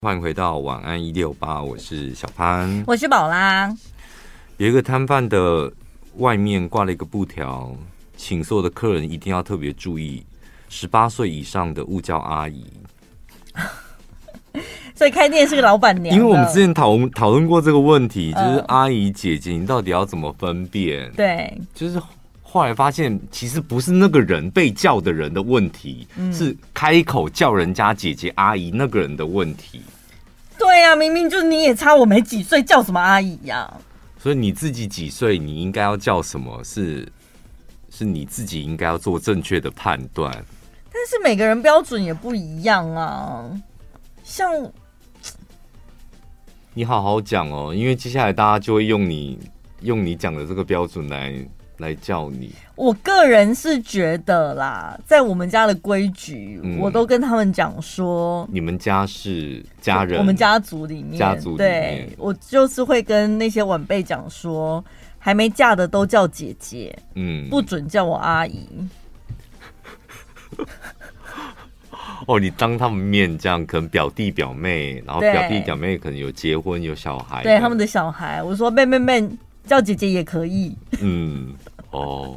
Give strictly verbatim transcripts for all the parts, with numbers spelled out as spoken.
欢迎回到晚安一六八，我是小潘， 我是宝拉。 有一个摊贩的外面挂了一个布条，请所有的客人一定要特别注意，十八岁以上的勿叫阿姨。 所以开店是个老板娘， 因为我们之前讨讨论过这个问题，就是阿姨姐姐，你到底要怎么分辨？ 对， 就是后来发现，其实不是那个人被叫的人的问题，嗯、是开口叫人家姐姐阿姨那个人的问题。 对呀、啊，明明就是你也差我没几岁，叫什么阿姨呀、啊？ 所以你自己几岁，你应该要叫什么？是是你自己应该要做正确的判断。 但是每个人标准也不一样啊，像你好好讲哦，因为接下来大家就会用你用你讲的这个标准来来叫你。 我个人是觉得啦，在我们家的规矩、嗯，我都跟他们讲说， 你们家是家人， 我们家族里面， 家族里面， 对，我就是会跟那些晚辈讲说，还没嫁的都叫姐姐，嗯，不准叫我阿姨。 哦，你当他们面这样，可能表弟表妹，然后表弟表妹可能有结婚有小孩， 对他们的小孩，我说妹妹妹叫姐姐也可以。嗯， 哦，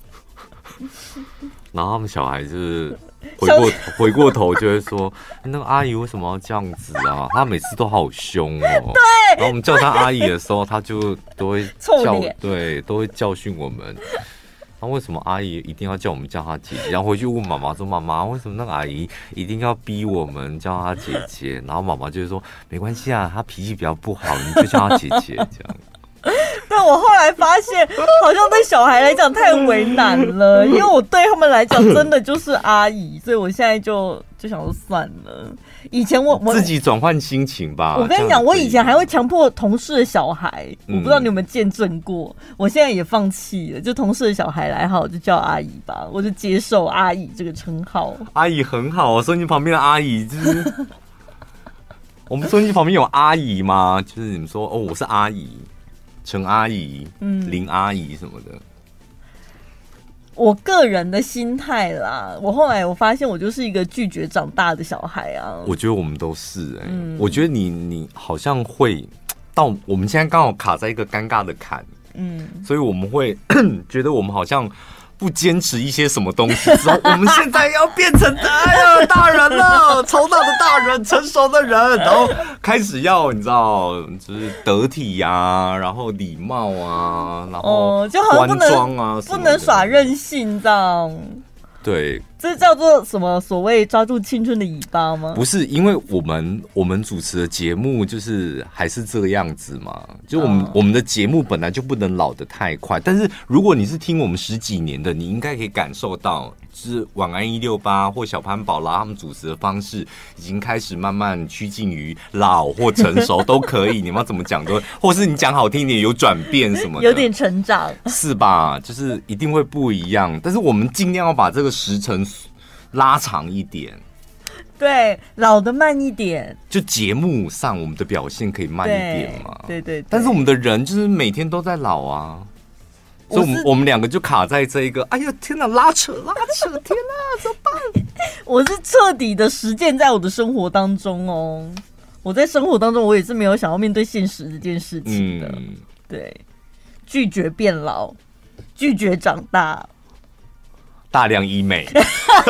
然后他们小孩就是回过回过头就会说，那个阿姨为什么要这样子啊？她每次都好凶哦。对。然后我们叫她阿姨的时候，她就都会教，对，都会教训我们。那为什么阿姨一定要叫我们叫她姐姐？然后回去问妈妈说：“妈妈，为什么那个阿姨一定要逼我们叫她姐姐？”然后妈妈就会说：“没关系啊，她脾气比较不好，你就叫她姐姐。”这样。 但我后来发现，好像对小孩来讲太为难了，因为我对他们来讲真的就是阿姨，所以我现在就就想说算了。以前我我自己转换心情吧。 我跟你讲，我以前还会强迫同事的小孩，我不知道你有没有见证过。嗯、我现在也放弃了，就同事的小孩来好，就叫阿姨吧，我就接受阿姨这个称号。 阿姨很好啊，收音机旁边的阿姨就是。我们收音机旁边有阿姨吗？就是你们说哦，我是阿姨。陈阿姨、嗯、林阿姨什么的， 我个人的心态啦。我后来我发现，我就是一个拒绝长大的小孩啊。 我觉得我们都是哎、欸嗯，我觉得你你好像会到我们现在刚好卡在一个尴尬的坎，嗯，所以我们会觉得我们好像。不坚持一些什么东西之后，我们现在要变成哎呀大人了，超大的大人，成熟的人，然后开始要你知道，就是得体呀、啊，然后礼貌啊，然后端庄啊、 哦，不能耍任性这样。 对， 这叫做什么？所谓抓住青春的尾巴吗？ 不是，因为我们我们主持的节目就是还是这个样子嘛。就我们、哦、我们的节目本来就不能老得太快，但是如果你是听我们十几年的，你应该可以感受到，就是晚安一六八或小潘宝拉他们主持的方式，已经开始慢慢趋近于老或成熟都可以。你们要怎么讲都，或是你讲好听一点，有转变什么的， 有点成长， 是吧？就是一定会不一样，但是我们尽量要把这个时程拉长一点， 对，老的慢一点， 就节目上我们的表现可以慢一点嘛。 对 对, 对, 对， 但是我们的人就是每天都在老啊，所以我们我们两个就卡在这一个，哎呀天哪，拉扯拉扯，天哪，怎么办？ 我是彻底的实践在我的生活当中哦。我在生活当中，我也是没有想要面对现实这件事情的。嗯、对，拒绝变老，拒绝长大。 大量医美， 哎、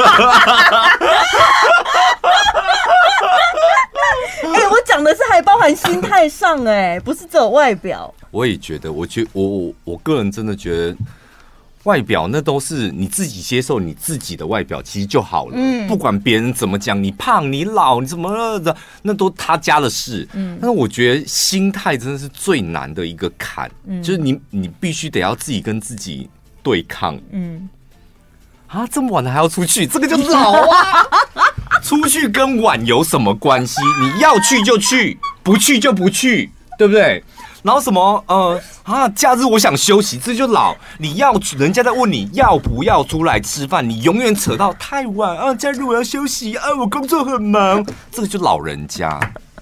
欸，我讲的是还包含心态上、欸，哎，不是只有外表。 我也觉得，我觉我我我个人真的觉得，外表那都是你自己接受你自己的外表，其实就好了。嗯，不管别人怎么讲，你胖、你老、你怎么了的，那都他家的事。嗯，但是我觉得心态真的是最难的一个坎，嗯、就是你你必须得要自己跟自己对抗。嗯。啊，这么晚了还要出去，这个就老啊！出去跟晚有什么关系？你要去就去，不去就不去，对不对？然后什么呃啊，假日我想休息，这就老。你要人家在问你要不要出来吃饭，你永远扯到太晚啊，假日我要休息啊，我工作很忙，这个就老人家。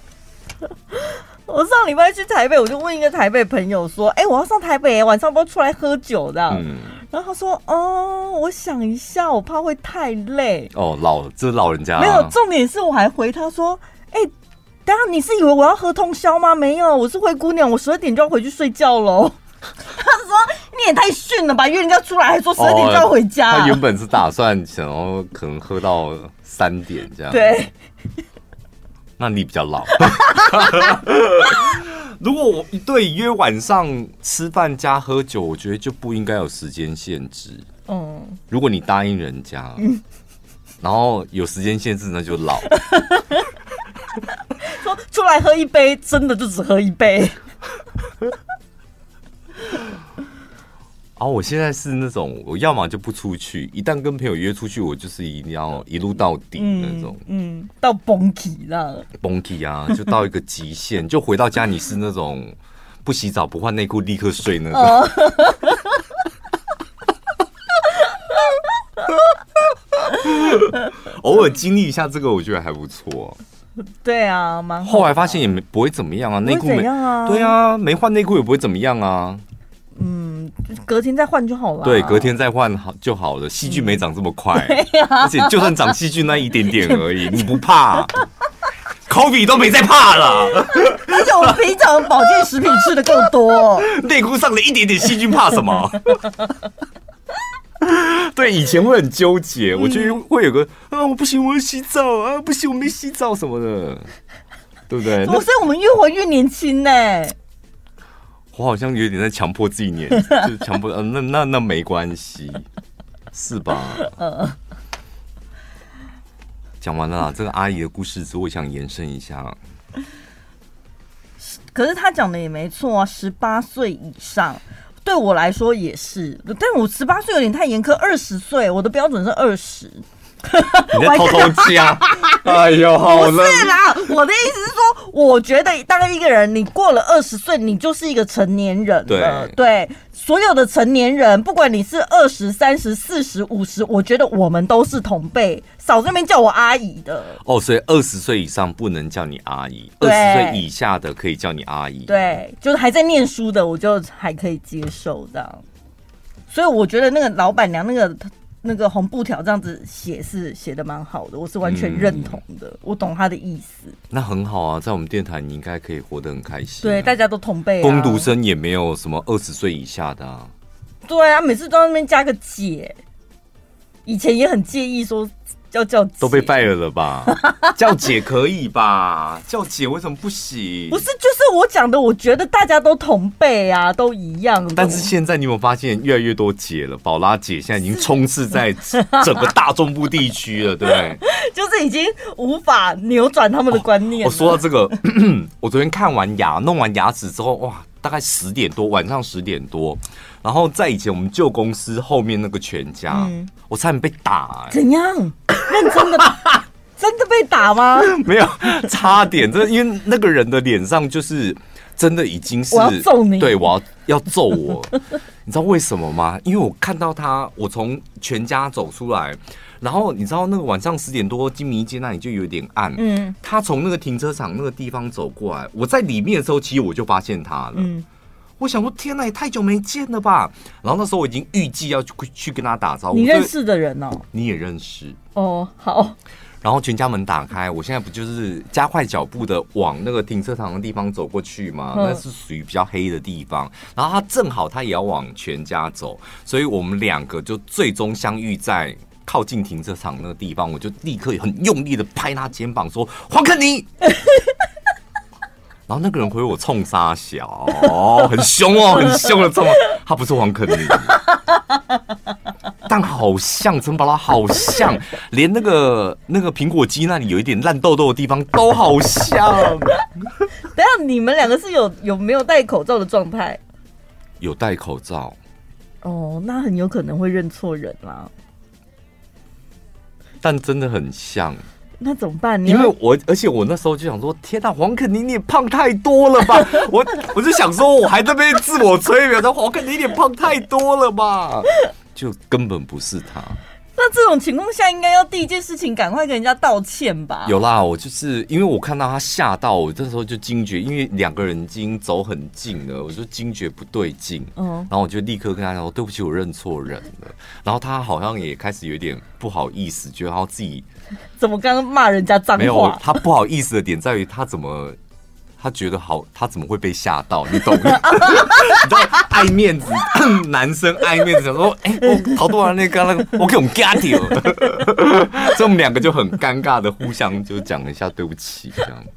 我上礼拜去台北，我就问一个台北朋友说：“哎、欸，我要上台北，晚上不要出来喝酒这样。嗯”然后他说：“哦，我想一下，我怕会太累。” 哦，老这是老人家、啊。 没有，重点是我还回他说：“哎、欸， 等下你是以为我要喝通宵吗？没有，我是灰姑娘，我十二点就要回去睡觉喽。他说你也太逊了吧，约人家出来还说十二点就要回家。 哦、他原本是打算想要可能喝到三点这样。 对， 那你比较老。如果我对约晚上吃饭加喝酒，我觉得就不应该有时间限制。嗯，如果你答应人家，嗯、然后有时间限制，那就老。 说出来喝一杯，真的就只喝一杯。 啊，我现在是那种，我要么就不出去，一旦跟朋友约出去，我就是一定要一路到底那种， 嗯，嗯到崩起啦， 崩起啊，就到一个极限，就回到家你是那种不洗澡不换内裤立刻睡那种。哦偶尔经历一下这个，我觉得还不错。 对啊，蛮好。 后来发现也没不会怎么样啊，内裤没啊， 对啊，没换内裤也不会怎么样啊。 嗯，隔天再换就好了。 对，隔天再换好就好了。细菌没长这么快，嗯啊、而且就算长细菌那一点点而已，你不怕 ？Kobe 都没在怕了。 而且我们平常保健食品吃的更多， 内裤上的一点点细菌怕什么？对，以前会很纠结，我觉得会有个啊，我不行，我要洗澡啊，不行，我没洗澡什么的，对不对？ 所以我们越活越年轻呢、欸。 我好像有点在强迫自己年，就是强迫，呃、那那那没关系，是吧？讲完了啦，这个阿姨的故事，我想延伸一下。 可是他讲的也没错啊，十八岁以上。对我来说也是，但我十八岁有点太严苛，二十岁我的标准是二十。 你在偷偷加？哎呦，好了。 不是啦，我的意思是说，我觉得大概一个人，你过了二十岁，你就是一个成年人了。对，对，所有的成年人，不管你是二十、三十、四十、五十，我觉得我们都是同辈。少这边叫我阿姨的。 哦，所以二十岁以上不能叫你阿姨，二十岁以下的可以叫你阿姨。 对，就是还在念书的，我就还可以接受这样。所以我觉得那个老板娘那个。那个红布条这样子写是写的蛮好的，我是完全认同的，嗯、我懂他的意思。 那很好啊，在我们电台你应该可以活得很开心、啊。 对，大家都同辈、啊。 工读生也没有什么二十岁以下的啊。 对啊，每次都在那边加个姐，以前也很介意说叫叫姐， 都被 fire 了吧？叫姐可以吧？叫姐为什么不行？ 不是，就是我讲的，我觉得大家都同辈啊，都一样。 但是现在你有没有发现，越来越多姐了？宝拉姐现在已经充斥在整个大中部地区了，对不对？ 就是已经无法扭转他们的观念、哦。 我说到这个，我昨天看完牙，弄完牙齿之后，哇，大概十点多，晚上十点多。然后在以前我们旧公司后面那个全家，嗯、我差点被打、欸。 怎样？认真的？真的被打吗？ 没有，差点。真的，因为那个人的脸上就是真的已经是我要揍你， 对，我要要揍我。你知道为什么吗？因为我看到他，我从全家走出来，然后你知道那个晚上十点多，金明街那里就有点暗。嗯，他从那个停车场那个地方走过来，我在里面的时候，其实我就发现他了。嗯。我想说，天哪，也太久没见了吧！然后那时候我已经预计要去去跟他打招呼。 你认识的人哦？ 你也认识哦，好。 然后全家门打开，我现在不就是加快脚步的往那个停车场的地方走过去吗？那是属于比较黑的地方。然后他正好他也要往全家走，所以我们两个就最终相遇在靠近停车场那个地方。我就立刻很用力的拍他肩膀说：“黄肯尼！”然后那个人回我冲沙小，哦，很凶哦，很凶的冲。他不是黄肯尼，但好像，真把他好像，连那个那个苹果肌那里有一点烂痘痘的地方都好像。 等一下你们两个是有有没有戴口罩的状态？ 有戴口罩。 哦，那很有可能会认错人啦。 但真的很像。 那怎么办？ 因为我，而且我那时候就想说，天哪，黄肯尼你也胖太多了吧？我我就想说，我还在那边自我催眠，说黄肯尼你也胖太多了吧？就根本不是他。 那这种情况下，应该要第一件事情赶快跟人家道歉吧？ 有啦，我就是因为我看到他吓到，我这时候就惊觉，因为两个人已经走很近了，我就惊觉不对劲，嗯，然后我就立刻跟他说：“对不起，我认错人了。”然后他好像也开始有点不好意思，觉得他自己怎么刚刚骂人家脏话？ 没有，他不好意思的点在于他怎么。他觉得好，他怎么会被吓到？你懂？你知道爱面子，男生爱面子，想说，哎、欸，我好多人那个那个，我给我们 get you， 所以我们两个就很尴尬的互相就讲一下对不起，这样。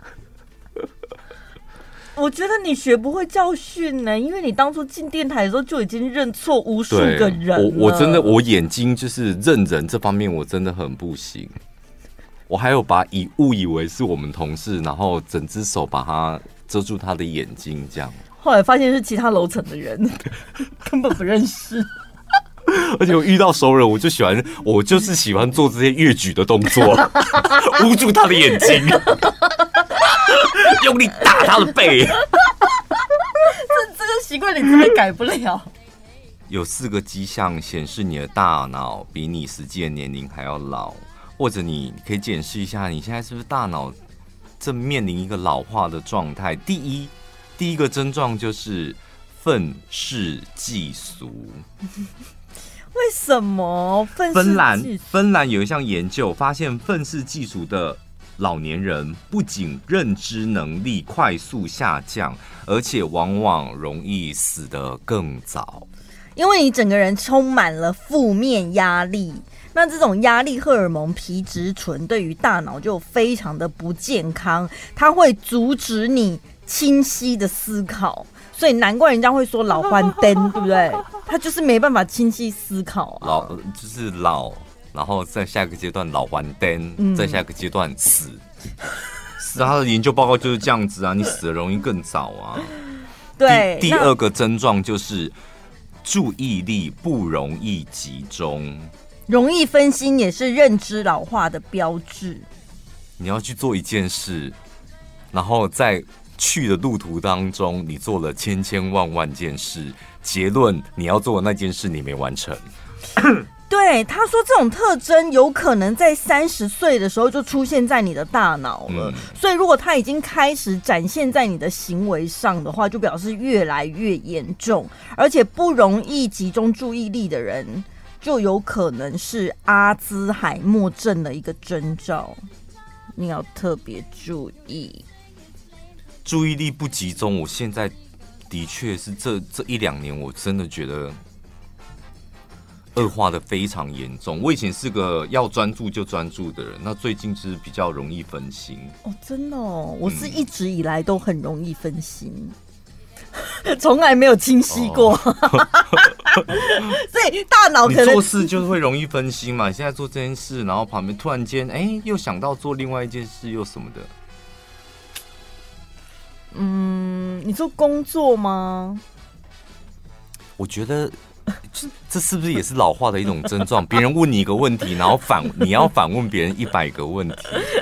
我觉得你学不会教训呢、欸，因为你当初进电台的时候就已经认错无数个人了。 我我真的我眼睛就是认人这方面我真的很不行。我还有把以误以为是我们同事，然后整只手把他遮住他的眼睛，这样。 后来发现是其他楼层的人，根本不认识。 而且我遇到熟人，我就喜欢，我就是喜欢做这些越举的动作，捂住他的眼睛，用力打他的背。这这个习惯你真的改不了。 有四个迹象显示你的大脑比你实际的年龄还要老。或者你可以检视一下，你现在是不是大脑正面临一个老化的状态？第一，第一个症状就是愤世嫉俗。 为什么愤世嫉俗？ 芬兰芬兰有一项研究发现，愤世嫉俗的老年人不仅认知能力快速下降，而且往往容易死得更早。 因为你整个人充满了负面压力。那这种压力荷尔蒙皮质醇对于大脑就非常的不健康，它会阻止你清晰的思考，所以难怪人家会说老番灯，对不对？他就是没办法清晰思考啊。 老就是老，然后在下一个阶段老番灯，嗯、在下一个阶段死。是他的研究报告就是这样子啊，你死的容易更早啊。 对， 第, 第二个症状就是注意力不容易集中。 容易分心也是认知老化的标志。 你要去做一件事，然后在去的路途当中，你做了千千万万件事，结论你要做的那件事你没完成。 对，他说这种特征有可能在三十岁的时候就出现在你的大脑了，嗯、所以如果他已经开始展现在你的行为上的话，就表示越来越严重，而且不容易集中注意力的人。就有可能是阿兹海默症的一个征兆，你要特别注意。 注意力不集中，我现在的确是这这一两年，我真的觉得恶化的非常严重。我以前是个要专注就专注的人，那最近就是比较容易分心。 哦，真的哦，我是一直以来都很容易分心。从来没有清晰过、哦、所以大脑可能你做事就会容易分心嘛。你现在做这件事，然后旁边突然间哎、欸，又想到做另外一件事又什么的。 嗯，你做工作吗？ 我觉得这是不是也是老化的一种症状？别人问你一个问题，然后反你要反问别人一百个问题。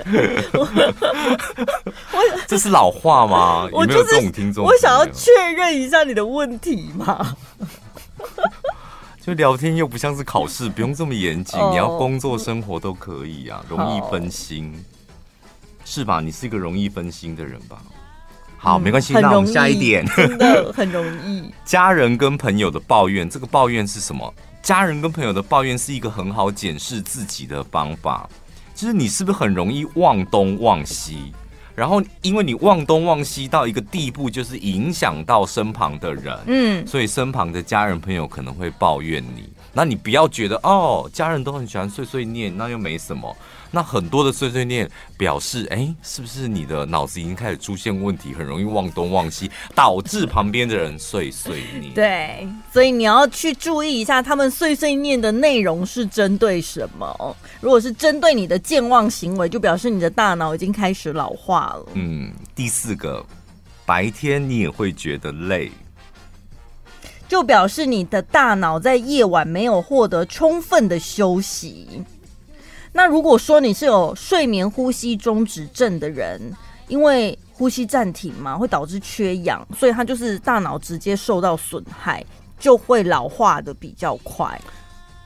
这是老化吗？有没有这种听众？ 我想要确认一下你的问题嘛。 就聊天又不像是考试，不用这么严谨，哦、你要工作生活都可以啊，容易分心，是吧？你是一个容易分心的人吧？好，嗯、没关系，那我们下一点， 真的很容易。 家人跟朋友的抱怨，这个抱怨是什么？家人跟朋友的抱怨是一个很好检视自己的方法，就是你是不是很容易忘东忘西，然后因为你忘东忘西到一个地步，就是影响到身旁的人，嗯，所以身旁的家人朋友可能会抱怨你。那你不要觉得哦，家人都很喜欢碎碎念，那又没什么。那很多的碎碎念表示，哎，是不是你的脑子已经开始出现问题，很容易忘东忘西，导致旁边的人碎碎念？ 对，所以你要去注意一下，他们碎碎念的内容是针对什么。如果是针对你的健忘行为，就表示你的大脑已经开始老化了。嗯， 第四个，白天你也会觉得累， 就表示你的大脑在夜晚没有获得充分的休息。那如果说你是有睡眠呼吸中止症的人，因为呼吸暂停嘛，会导致缺氧，所以它就是大脑直接受到损害，就会老化的比较快。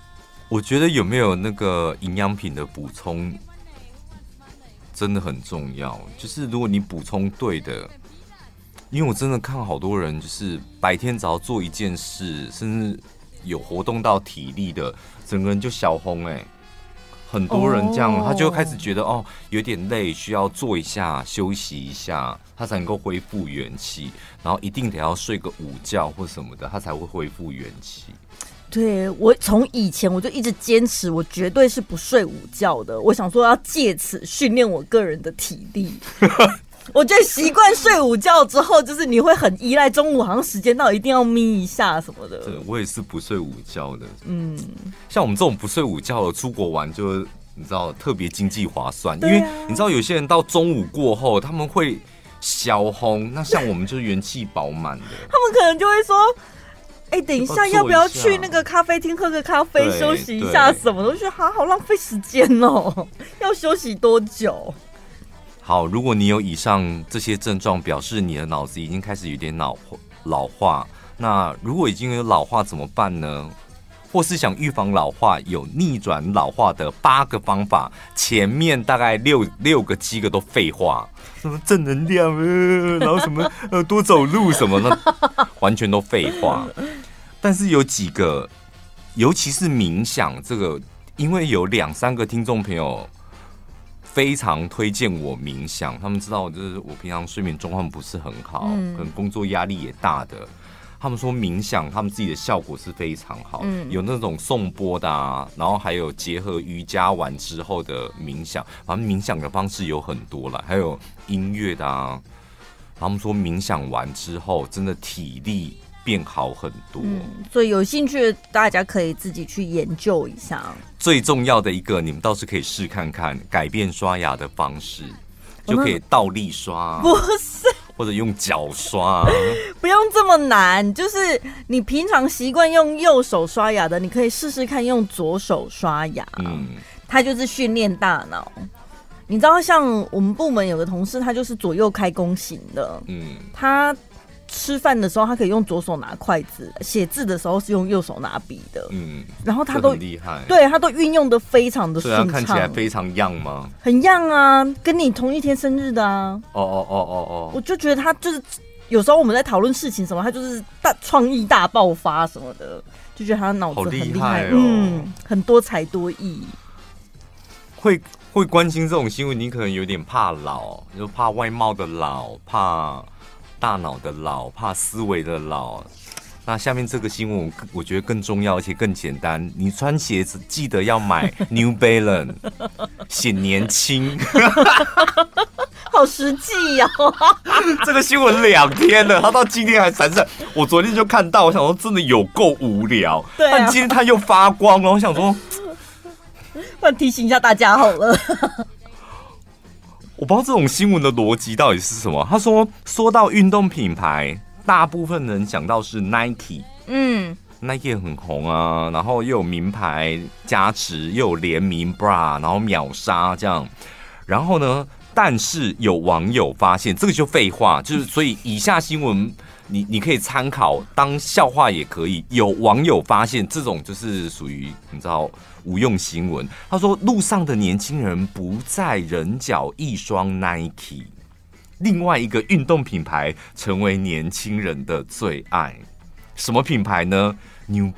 我觉得有没有那个营养品的补充真的很重要。就是如果你补充对的，因为我真的看好多人，就是白天只要做一件事，甚至有活动到体力的，整个人就小红哎、欸。很多人这样， oh. 他就开始觉得哦，有点累，需要坐一下休息一下，他才能够恢复元气。然后一定得要睡个午觉或什么的，他才会恢复元气。 对，我从以前我就一直坚持，我绝对是不睡午觉的。我想说要借此训练我个人的体力。我觉得习惯睡午觉之后，就是你会很依赖中午好像时间到一定要眯一下什么的。 对，我也是不睡午觉的。嗯，像我们这种不睡午觉的，出国玩就你知道特别经济划算，啊、因为你知道有些人到中午过后他们会小红，那像我们就是元气饱满的， 他们可能就会说。哎、欸，等一下，要不要去那个咖啡厅喝个咖啡，休息一下什么的？我觉得好好浪费时间哦，要休息多久？ 好，如果你有以上这些症状，表示你的脑子已经开始有点老老化。那如果已经有老化怎么办呢？或是想预防老化，有逆转老化的八个方法，前面大概六六个七个都废话，什么正能量，呃、然后什么呃多走路什么的，完全都废话。但是有几个，尤其是冥想这个，因为有两三个听众朋友非常推荐我冥想，他们知道就是我平常睡眠状况不是很好，嗯、可能工作压力也大的。他们说冥想，他们自己的效果是非常好，嗯、有那种颂钵的啊，然后还有结合瑜伽完之后的冥想，反正冥想的方式有很多啦，还有音乐的啊。他们说冥想完之后，真的体力变好很多，嗯、 所以有兴趣的大家可以自己去研究一下。 最重要的一个，你们倒是可以试看看，改变刷牙的方式，就可以倒立刷， 不是。 或者用脚刷， 不用这么难。就是你平常习惯用右手刷牙的，你可以试试看用左手刷牙。嗯，它就是训练大脑。你知道，像我们部门有个同事，他就是左右开弓型的。嗯，他吃饭的时候，他可以用左手拿筷子；写字的时候是用右手拿笔的。嗯，然后他都很厉害， 对他都运用的非常的顺畅。 对啊，看起来非常样吗？ 很样啊，跟你同一天生日的啊。 哦哦哦哦哦， 我就觉得他就是有时候我们在讨论事情什么，他就是大创意大爆发什么的，就觉得他脑子很厉害， 哦、 嗯，很多才多艺。 会会关心这种新闻，你可能有点怕老，就怕外貌的老，怕大脑的老，怕思维的老。那下面这个新闻，我觉得更重要，而且更简单。你穿鞋子记得要买 New Balance， 显年轻。 好实际哦！ 这个新闻两天了，他到今天还闪闪。我昨天就看到，我想说真的有够无聊。 对、啊， 但今天他又发光了，我想说， 不然提醒一下大家好了。 我不知道这种新闻的逻辑到底是什么。他说，说到运动品牌，大部分人想到是 Nike， 嗯 ，Nike 很红啊，然后又有名牌加持，又有联名 bra， 然后秒杀这样。然后呢，但是有网友发现，这个就废话，就是所以以下新闻你你可以参考当笑话也可以。有网友发现这种就是属于你知道无用新闻。他说，路上的年轻人不再人脚一双 Nike。另外一个运动品牌成为年轻人的最爱，什么品牌呢 ？New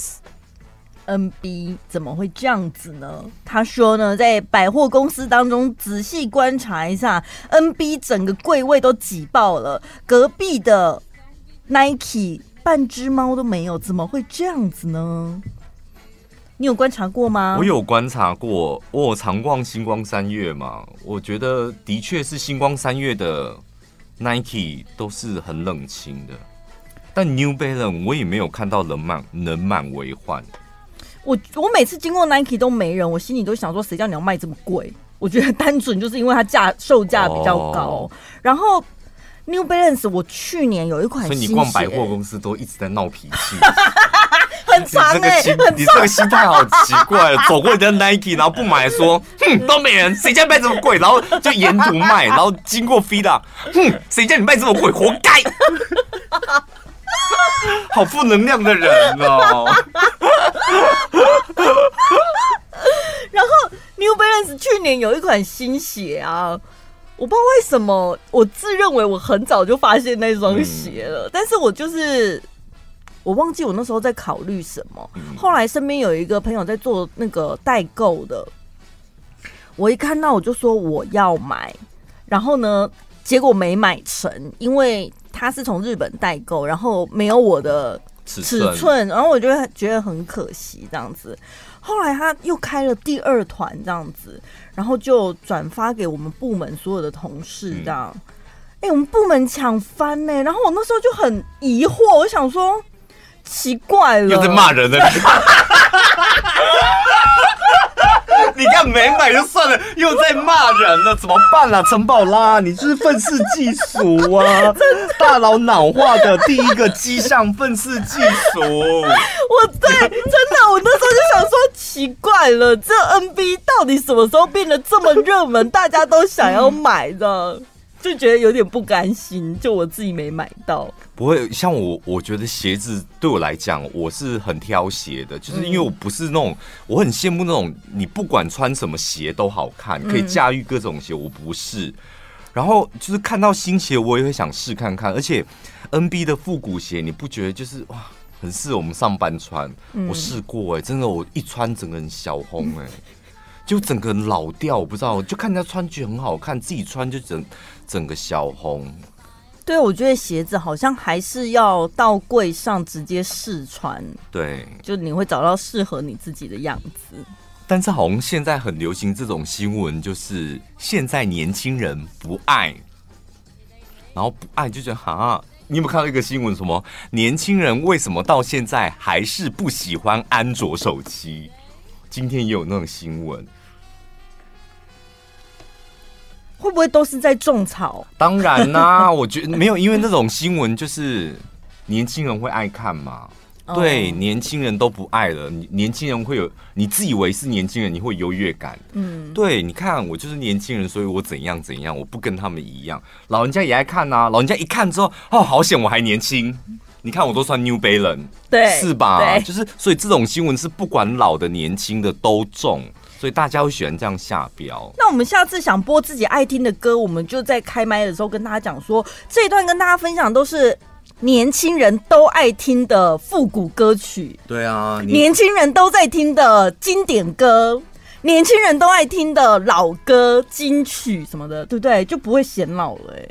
Balance。N B 怎么会这样子呢？他说呢，在百货公司当中仔细观察一下 ，N B 整个柜位都挤爆了，隔壁的 Nike 半只猫都没有，怎么会这样子呢？你有观察过吗？ 我有观察过，我有常逛星光三月嘛，我觉得的确是星光三月的 Nike 都是很冷清的，但 New Balance 我也没有看到人满人满为患。 我我每次经过 Nike 都没人，我心里都想说，谁叫你要卖这么贵？我觉得单纯就是因为它价售价比较高，哦、然后 New Balance 我去年有一款新鞋， 所以你逛百货公司都一直在闹脾气。 很长哎、欸， 你这个心态好奇怪了。走过你的 Nike， 然后不买说，哼，都没人，谁叫你卖这么贵？然后就沿途卖，然后经过 Fila， 哼，谁叫你卖这么贵？活该！好负能量的人哦。 去年有一款新鞋啊，我不知道为什么，我自认为我很早就发现那双鞋了，嗯、但是我就是我忘记我那时候在考虑什么。嗯、后来身边有一个朋友在做那个代购的，我一看到我就说我要买，然后呢，结果没买成，因为他是从日本代购，然后没有我的尺寸，尺寸然后我就觉得很可惜这样子。后来他又开了第二团这样子，然后就转发给我们部门所有的同事这样。哎、嗯欸，我们部门抢翻呢、欸，然后我那时候就很疑惑，我想说奇怪了， 又在骂人了。你看没买就算了，又在骂人了，怎么办啊？陈宝拉，你就是愤世嫉俗啊！大脑脑化的第一个迹象，愤世嫉俗。 我对，真的，我那时候就想说，奇怪了，这 N B 到底什么时候变得这么热门，大家都想要买的？就觉得有点不甘心，就我自己没买到。 不会像我，我觉得鞋子对我来讲，我是很挑鞋的，就是因为我不是那种，我很羡慕那种你不管穿什么鞋都好看，可以驾驭各种鞋，我不是。然后就是看到新鞋，我也会想试看看，而且 N B 的复古鞋，你不觉得就是哇，很适合我们上班穿？嗯、我试过哎、欸，真的，我一穿整个人小红哎、欸。就整个人老掉，我不知道，就看人家穿觉得很好看，自己穿就整整个小红。 对，我觉得鞋子好像还是要到柜上直接试穿， 对， 就你会找到适合你自己的样子。 但是好像现在很流行这种新闻，就是现在年轻人不爱，然后不爱就觉得哈。你有没有看到一个新闻，什么年轻人为什么到现在还是不喜欢安卓手机？今天也有那种新闻。 会不会都是在种草？ 当然啦、啊，我觉得没有，因为那种新闻就是年轻人会爱看嘛。Oh. 对，年轻人都不爱了，年轻人会有你自以为是年轻人，你会优越感。嗯，对，你看我就是年轻人，所以我怎样怎样，我不跟他们一样。老人家也爱看啊，老人家一看之后，哦，好险我还年轻。你看我都穿 New Balance， 对，是吧？就是所以这种新闻是不管老的年轻的都中。所以大家会喜欢这样下标。 那我们下次想播自己爱听的歌，我们就在开麦的时候跟大家讲说，这一段跟大家分享都是年轻人都爱听的复古歌曲。 对啊， 年轻人都在听的经典歌，年轻人都爱听的老歌、金曲什么的，对不对？就不会显老了、欸。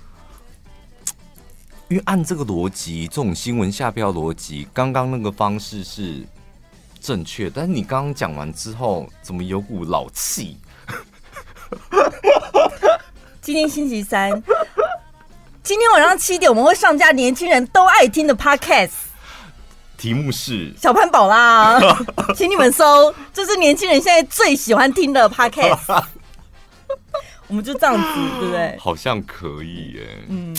因为按这个逻辑，这种新闻下标逻辑，刚刚那个方式是正确，但是你刚刚讲完之后，怎么有股老气？ 今天星期三，今天晚上七点我们会上架年轻人都爱听的 podcast， 题目是小潘宝拉，请你们搜，这是年轻人现在最喜欢听的 podcast。我们就这样子，对不对？ 好像可以耶。嗯。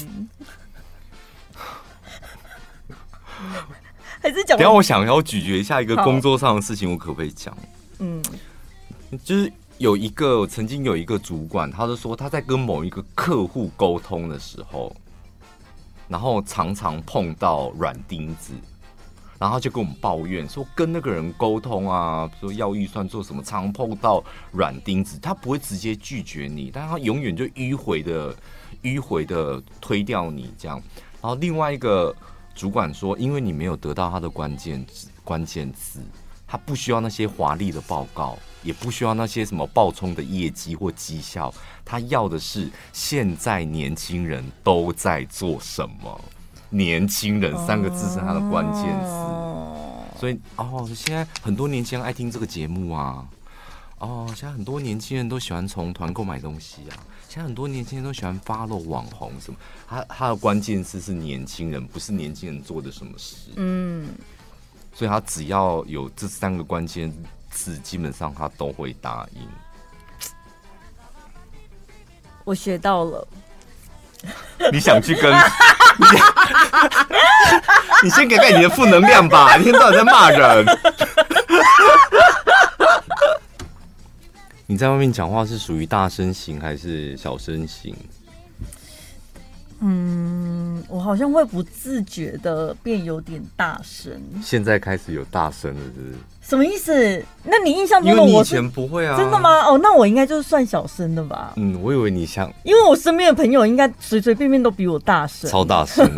还是讲， 等一下我想要咀嚼一下一个工作上的事情，我可不可以讲？嗯，就是有一个曾经有一个主管，他就说他在跟某一个客户沟通的时候，然后常常碰到软钉子，然后他就跟我们抱怨说，跟那个人沟通啊，说要预算做什么，常碰到软钉子，他不会直接拒绝你，但他永远就迂回的、迂回的推掉你这样。然后另外一个主管说，因为你没有得到他的关键字，关键字，他不需要那些华丽的报告，也不需要那些什么爆冲的业绩或绩效，他要的是现在年轻人都在做什么。年轻人三个字是他的关键词，哦、所以哦，现在很多年轻人爱听这个节目啊。哦，现在很多年轻人都喜欢从团购买东西啊。现在很多年轻人都喜欢 follow 网红什么，他他的关键字是年轻人，不是年轻人做的什么事。嗯，所以他只要有这三个关键字，基本上他都会答应。 我学到了。 你想去跟你, 你先给看你的负能量吧，你一天到晚在骂人。你在外面讲话是属于大声型还是小声型？ 嗯，我好像会不自觉的变有点大声。 现在开始有大声了，是不是？ 什么意思？那你印象中的我因为你以前不会啊？ 真的吗？哦，那我应该就是算小声的吧？ 嗯，我以为你像， 因为我身边的朋友应该随随便便都比我大声， 超大声，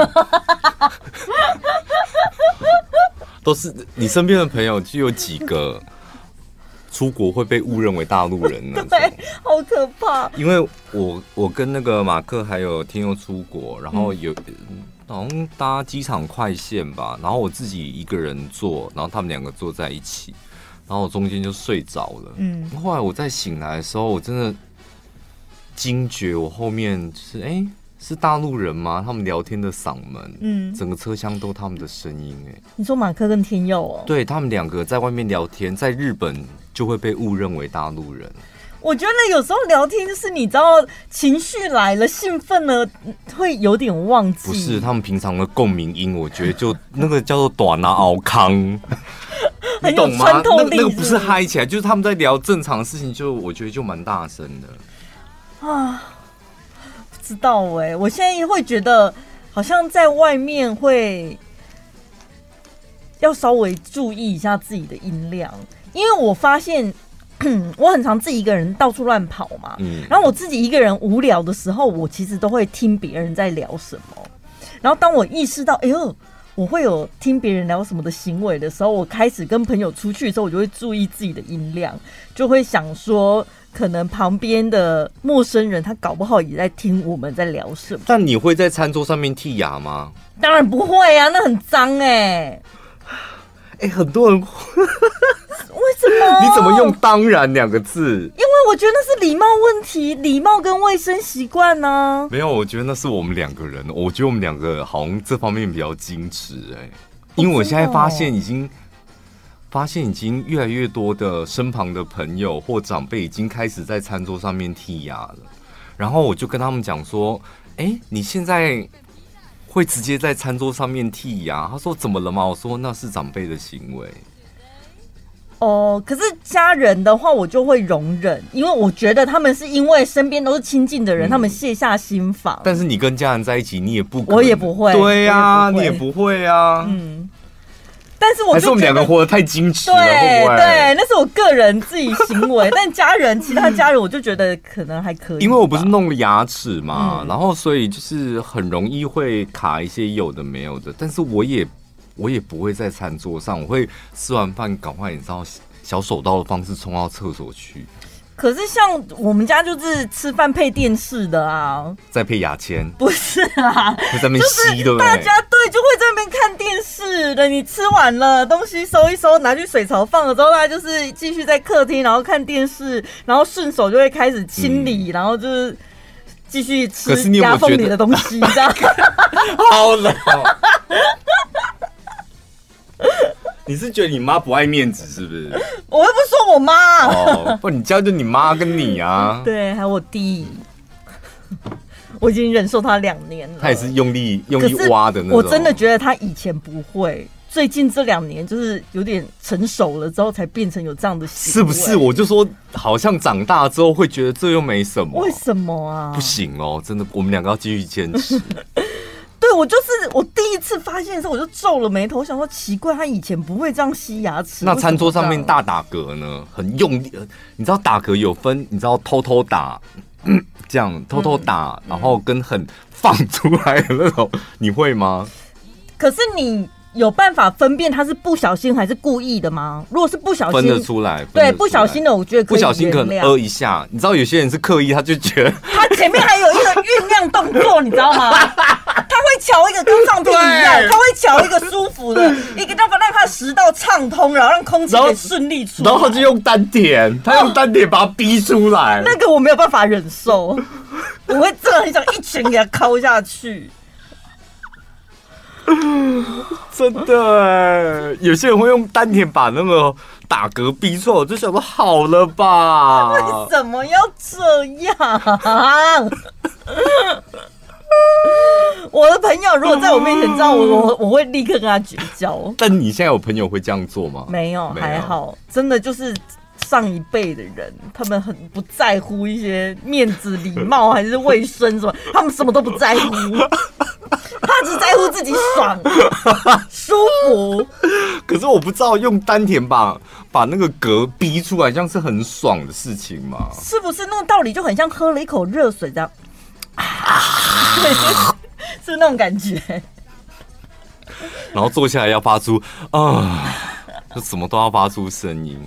都是你身边的朋友就有几个出国会被误认为大陆人呢？ 对，好可怕。 因为我我跟那个马克还有天佑出国，然后有。嗯好像搭机场快线吧，然后我自己一个人坐，然后他们两个坐在一起，然后我中间就睡着了。嗯，后来我再醒来的时候，我真的惊觉我后面就是哎、欸，是大陆人吗？他们聊天的嗓门，嗯，整个车厢都他们的声音、欸。哎， 你说马克跟天佑哦？ 对，他们两个在外面聊天，在日本就会被误认为大陆人。 我觉得有时候聊天就是你知道情绪来了兴奋了会有点忘记， 不是他们平常的共鸣音，我觉得就那个叫做短拿熬康，你懂吗？那个那个不是嗨起来，就是他们在聊正常的事情，就我觉得就蛮大声的啊。不知道哎、欸，我现在会觉得好像在外面会要稍微注意一下自己的音量，因为我发现。我很常自己一个人到处乱跑嘛，嗯，然后我自己一个人无聊的时候，我其实都会听别人在聊什么。然后当我意识到，哎呦，我会有听别人聊什么的行为的时候，我开始跟朋友出去的时候，我就会注意自己的音量，就会想说，可能旁边的陌生人他搞不好也在听我们在聊什么。 但你会在餐桌上面剔牙吗？ 当然不会啊，那很脏哎、欸。 哎、欸，很多人为什么？ 你怎么用"当然"两个字？ 因为我觉得那是礼貌问题，礼貌跟卫生习惯呢。 没有，我觉得那是我们两个人。我觉得我们两个好像这方面比较矜持哎、欸，因为我现在发现已经发现已经越来越多的身旁的朋友或长辈已经开始在餐桌上面剔牙了。然后我就跟他们讲说：“哎、欸，你现在。”会直接在餐桌上面剔牙，他说怎么了吗？我说那是长辈的行为。 哦，可是家人的话，我就会容忍，因为我觉得他们是因为身边都是亲近的人，嗯、他们卸下心防。 但是你跟家人在一起，你也不可能， 我也不会， 对呀、啊，你也不会啊， 嗯。但是我就还是我们两个活得太矜持了， 对会不会？ 对，那是我个人自己行为，但家人其他家人我就觉得可能还可以， 因为我不是弄了牙齿嘛、嗯，然后所以就是很容易会卡一些有的没有的，但是我也我也不会在餐桌上，我会吃完饭赶快你知道小手刀的方式冲到厕所去。 可是像我们家就是吃饭配电视的啊， 再配牙签， 不是啊， 会在那边吸，对不对？ 大家对就会在那边看电视的。你吃完了东西收一收，拿去水槽放了之后，大家就是继续在客厅，然后看电视，然后顺手就会开始清理，嗯、然后就是继续吃牙缝里的东西，这样。 好冷哦。你是觉得你妈不爱面子是不是？ 我又不说我妈哦，不，你家就你妈跟你啊。 对，还有我弟，我已经忍受他两年了。 他也是用力用力挖的那种。 我真的觉得他以前不会，最近这两年就是有点成熟了之后，才变成有这样的行为。 是不是？我就说，好像长大之后会觉得这又没什么。 为什么啊？ 不行哦，真的，我们两个要继续坚持。 对，我就是我第一次发现的时候，我就皱了眉头，我想说奇怪，他以前不会这样吸牙齿。 那餐桌上面大打嗝呢？很用力，你知道打嗝有分，你知道偷偷打，嗯、这样偷偷打、嗯，然后跟很放出来的那种，你会吗？ 可是你有办法分辨他是不小心还是故意的吗？如果是不小心， 分得出来。 对，不小心的，我觉得可以不小心可能呃一下，你知道有些人是刻意，他就觉得他前面还有一个酝酿动作，你知道吗？他会瞧一个跟放屁一样，他会瞧一个舒服的，一个让让他的食道畅通，然后让空气可以顺利出来， 然后他就用丹田，他用丹田把它逼出来。 那个我没有办法忍受，我会真的很想一拳给他敲下去。 真的哎，有些人会用丹田把那个打嗝逼出来，我就想说好了吧？ 为什么要这样？我的朋友如果在我面前这样，我我我会立刻跟他绝交。 但你现在有朋友会这样做吗？ 没有，还好，真的就是上一辈的人，他们很不在乎一些面子、礼貌还是卫生什么，他们什么都不在乎，他只在乎自己爽、舒服。 可是我不知道用丹田把把那个嗝逼出来，这样是很爽的事情吗？ 是不是那个道理就很像喝了一口热水这样？对，是那种感觉。 然后坐下来要发出啊，就什么都要发出声音。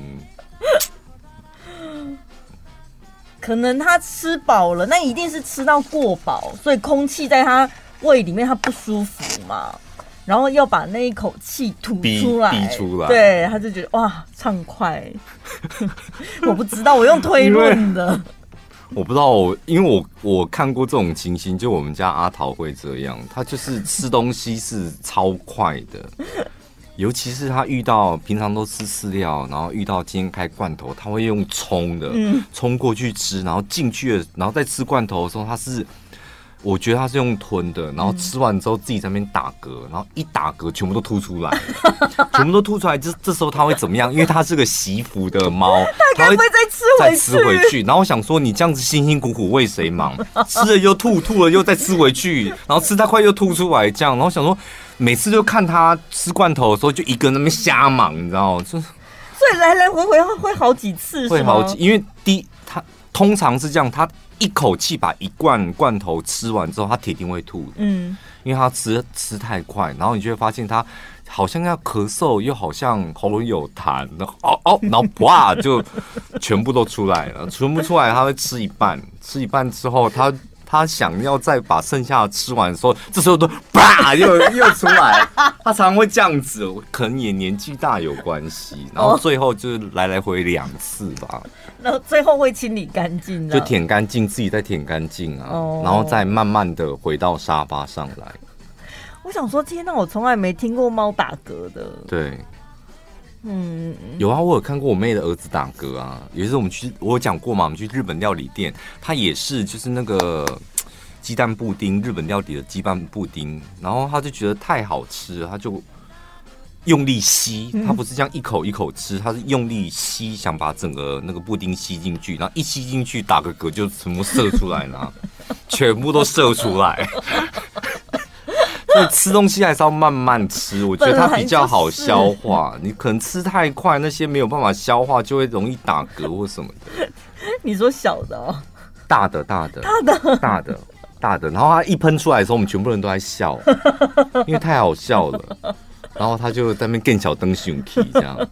可能他吃饱了，那一定是吃到过饱，所以空气在他胃里面他不舒服嘛，然后要把那一口气吐出来， 逼出来， 对，他就觉得哇畅快。我不知道，我用推论的。 我不知道，我因为我我看过这种情形，就我们家阿桃会这样，他就是吃东西是超快的，尤其是他遇到平常都吃饲料，然后遇到今天开罐头，他会用冲的，冲过去吃，然后进去了，然后再吃罐头的时候，他是。我觉得他是用吞的，然后吃完之后自己在那边打嗝，然后一打嗝全部都吐出来，全部都吐出来。这这时候他会怎么样？因为他是个习福的猫， 他会再吃回去， 再吃回去。然后我想说，你这样子辛辛苦苦为谁忙？吃了又吐，吐了又再吃回去，然后吃太快又吐出来，这样。然后想说，每次就看他吃罐头的时候，就一个人在那边瞎忙，你知道吗？就所以来来回回会好几次， 会好几，因为第一他通常是这样，他。一口气把一罐罐头吃完之后，他铁定会吐的。嗯，因为他吃吃太快，然后你就会发现他好像要咳嗽，又好像喉咙有痰，然后哦哦，然后哇就全部都出来了，全部出来他会吃一半，吃一半之后他。他想要再把剩下的吃完的时候，这时候都啪又又出来，他常常会这样子，可能也年纪大有关系，然后最后就是来来回两次吧， 然后最后会清理干净， 就舔干净，自己再舔干净啊，哦、然后再慢慢的回到沙发上来。 我想说，天哪，我从来没听过猫打嗝的。 对。嗯，有啊，我有看过我妹的儿子打嗝啊。有一次我们去，我有讲过嘛，我们去日本料理店，他也是就是那个鸡蛋布丁，日本料理的鸡蛋布丁，然后他就觉得太好吃了，他就用力吸，他不是这样一口一口吃，他是用力吸，想把整个那个布丁吸进去，然后一吸进去打个嗝就全部射出来了，全部都射出来。所以吃东西还是要慢慢吃，我觉得它比较好消化。你可能吃太快，那些没有办法消化，就会容易打嗝或什么的。 你说小的哦？ 大的，大的， 大的， 大的，大的。然后它一喷出来的时候，我们全部人都在笑，因为太好笑了。然后他就在那边更小灯熊气这样。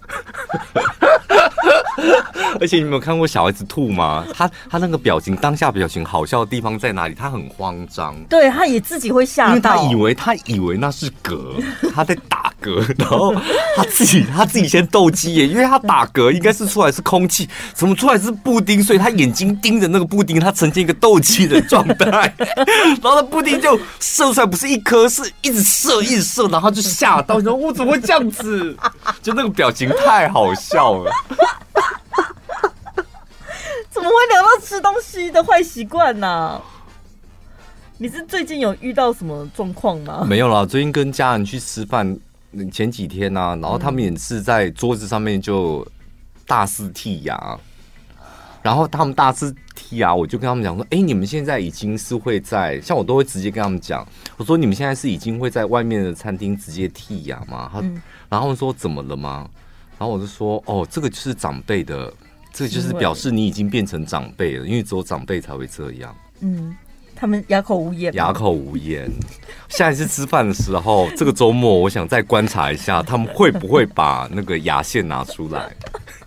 而且你没有看过小孩子吐吗？他他那个表情，当下表情好笑的地方在哪里？他很慌张， 对，他也自己会吓到， 因为他以为他以为那是嗝，他在打嗝，然后他自己他自己先斗鸡耶，因为他打嗝应该是出来是空气，怎么出来是布丁？所以他眼睛盯着那个布丁，他呈现一个斗鸡的状态，然后那布丁就射出来，不是一颗，是一直射一直射，然后他就吓到，然后我怎么会这样子？就那个表情太好笑了。 怎么会聊到吃东西的坏习惯呢？你是最近有遇到什么状况吗？ 没有啦，最近跟家人去吃饭，前几天啊，然后他们也是在桌子上面就大肆剔牙，然后他们大肆剔牙，我就跟他们讲说：“哎、欸，你们现在已经是会在，像我都会直接跟他们讲，我说你们现在是已经会在外面的餐厅直接剔牙吗？”他、嗯，然后他们说怎么了吗？然后我就说：“哦，这个就是长辈的。”这就是表示你已经变成长辈了，因为只有长辈才会这样。 嗯，他们哑口无言。 哑口无言。下一次吃饭的时候，这个周末我想再观察一下，他们会不会把那个牙线拿出来。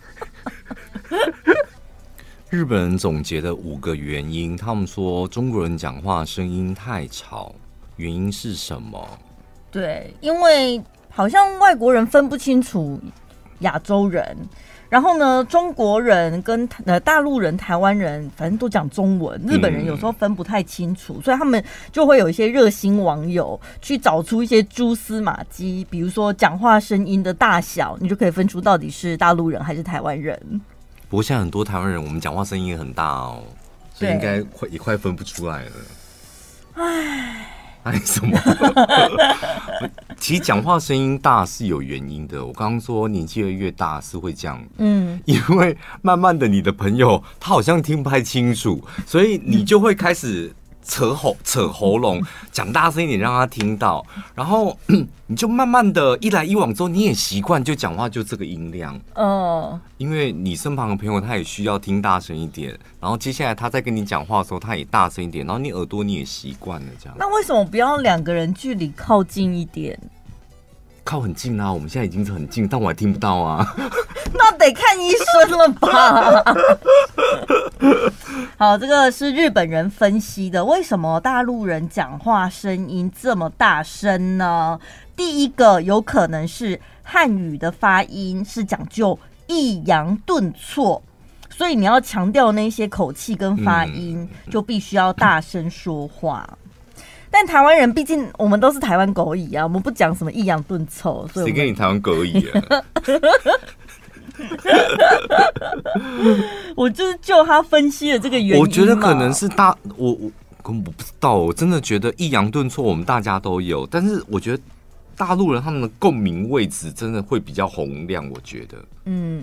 日本人总结的五个原因，他们说中国人讲话声音太吵，原因是什么？ 对，因为好像外国人分不清楚亚洲人。然后呢，中国人跟呃大陆人、台湾人，反正都讲中文。日本人有时候分不太清楚，嗯、所以他们就会有一些热心网友去找出一些蛛丝马迹，比如说讲话声音的大小，你就可以分出到底是大陆人还是台湾人。 不过现在很多台湾人，我们讲话声音也很大哦，所以应该快也快分不出来了。唉。哎，什么？其实讲话声音大是有原因的。我刚刚说年纪越大是会这样，嗯，因为慢慢的你的朋友他好像听不太清楚，所以你就会开始扯喉扯喉咙，讲大声一点让他听到，然后你就慢慢的一来一往之后，你也习惯就讲话就这个音量。哦，因为你身旁的朋友他也需要听大声一点，然后接下来他在跟你讲话的时候，他也大声一点，然后你耳朵你也习惯了这样。 那为什么不要两个人距离靠近一点？ 靠很近啊，我们现在已经是很近，但我还听不到啊。 那得看医生了吧？好，这个是日本人分析的，为什么大陆人讲话声音这么大声呢？第一个有可能是汉语的发音是讲究抑扬顿挫，所以你要强调那些口气跟发音，嗯、就必须要大声说话。但台湾人毕竟我们都是台湾狗蚁啊，我们不讲什么抑扬顿挫，所以谁跟你台湾狗蚁啊？ 我就是就他分析的这个原因， 我觉得可能是大我我我不知道，我真的觉得抑扬顿挫我们大家都有，但是我觉得大陆人他们的共鸣位置真的会比较洪亮，我觉得，嗯，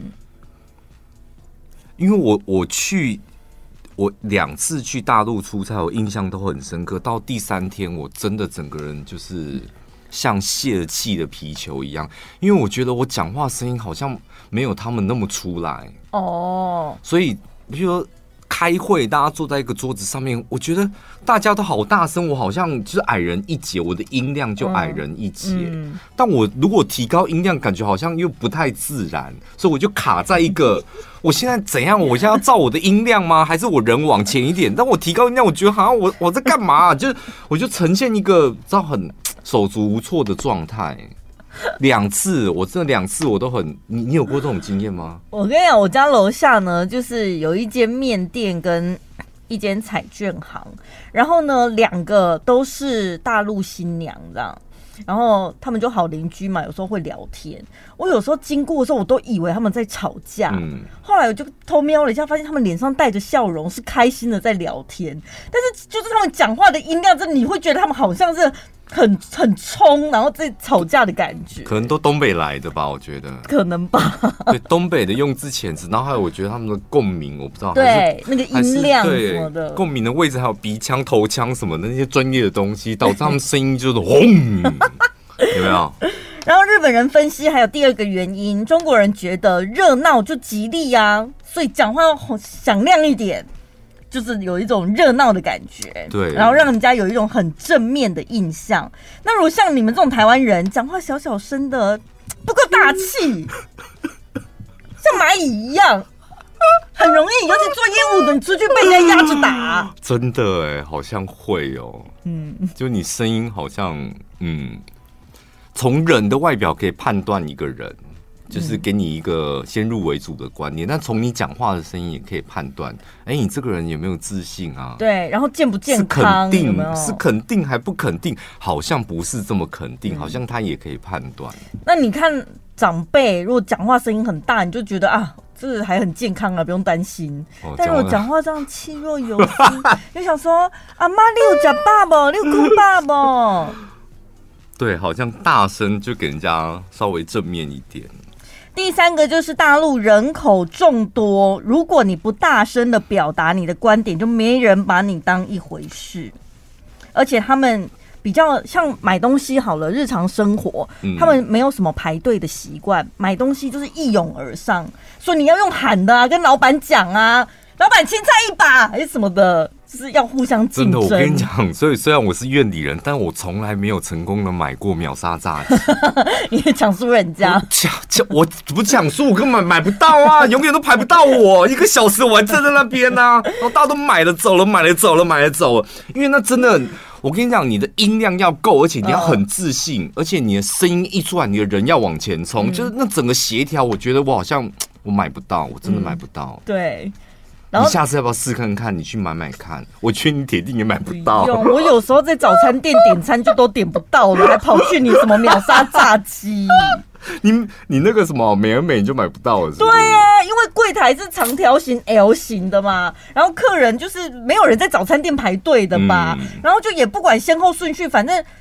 因为我我去。我两次去大陆出差，我印象都很深刻。到第三天，我真的整个人就是像泄了气的皮球一样，因为我觉得我讲话声音好像没有他们那么出来哦。所以，比如说开会，大家坐在一个桌子上面，我觉得大家都好大声，我好像就是矮人一截，我的音量就矮人一截。嗯嗯、但我如果提高音量，感觉好像又不太自然，所以我就卡在一个。我现在怎样？我现在要照我的音量吗？还是我人往前一点？但我提高音量，我觉得好像我我在干嘛、啊？就是我就呈现一个知道很手足无措的状态。两次，我这两次我都很，你你有过这种经验吗？ 我跟你讲，我家楼下呢，就是有一间面店跟一间彩券行，然后呢，两个都是大陆新娘这样。然后他们就好邻居嘛，有时候会聊天。我有时候经过的时候，我都以为他们在吵架。嗯、后来我就偷瞄了一下，发现他们脸上带着笑容，是开心的在聊天。但是就是他们讲话的音量，真的你会觉得他们好像是很很冲，然后在吵架的感觉。 可能都东北来的吧，我觉得。 可能吧。 对，东北的用字遣词，然后还有我觉得他们的共鸣，我不知道。 对，那个音量什么的， 共鸣的位置还有鼻腔、头腔什么的那些专业的东西，导致他们声音就是轰。有没有？ 然后日本人分析还有第二个原因，中国人觉得热闹就吉利啊，所以讲话要响亮一点，就是有一种热闹的感觉。 对， 然后让人家有一种很正面的印象。那如果像你们这种台湾人，讲话小小声的，不够大气，像蚂蚁一样，很容易，尤其做业务的，你出去被人家压着打。 真的哎，好像会哦。嗯，就你声音好像嗯。从人的外表可以判断一个人，就是给你一个先入为主的观念。但从你讲话的声音也可以判断，哎、欸，你这个人有没有自信啊？ 对，然后健不健康？ 是肯定， 有没有？ 是肯定还不肯定？好像不是这么肯定，嗯、好像他也可以判断。 那你看长辈如果讲话声音很大，你就觉得啊，这个还很健康啊，不用担心。哦、但如果讲话这样气若游丝，就想说阿妈你有吃饱不？你有讲饱不？ 对，好像大声就给人家稍微正面一点。 第三个就是大陆人口众多，如果你不大声的表达你的观点，就没人把你当一回事。而且他们比较像买东西好了，日常生活，嗯、他们没有什么排队的习惯，买东西就是一拥而上，所以你要用喊的啊，跟老板讲啊，老板青菜一把还是什么的。就是要互相竞争。真的， 我跟你讲，所以虽然我是院里人，但我从来没有成功的买过秒杀炸鸡。 你也抢输人家？ 抢抢，我不抢输，我根本买不到啊，永远都排不到我。一个小时我还站在那边呢、啊，然后大家都买了走了，买了走了，买了走了。因为那真的，我跟你讲，你的音量要够，而且你要很自信，而且你的声音一出来，你的人要往前冲，嗯、就是那整个协调，我觉得我好像我买不到，我真的买不到。 嗯、对。 你下次要不要试看看？你去买买看，我觉得你铁定也买不到。 我有时候在早餐店点餐就都点不到了，还跑去你什么秒杀炸鸡？ 你你那个什么美而美你就买不到了是不是？ 对啊，因为柜台是长条形 L 型的嘛，然后客人就是没有人在早餐店排队的吧，嗯、然后就也不管先后顺序，反正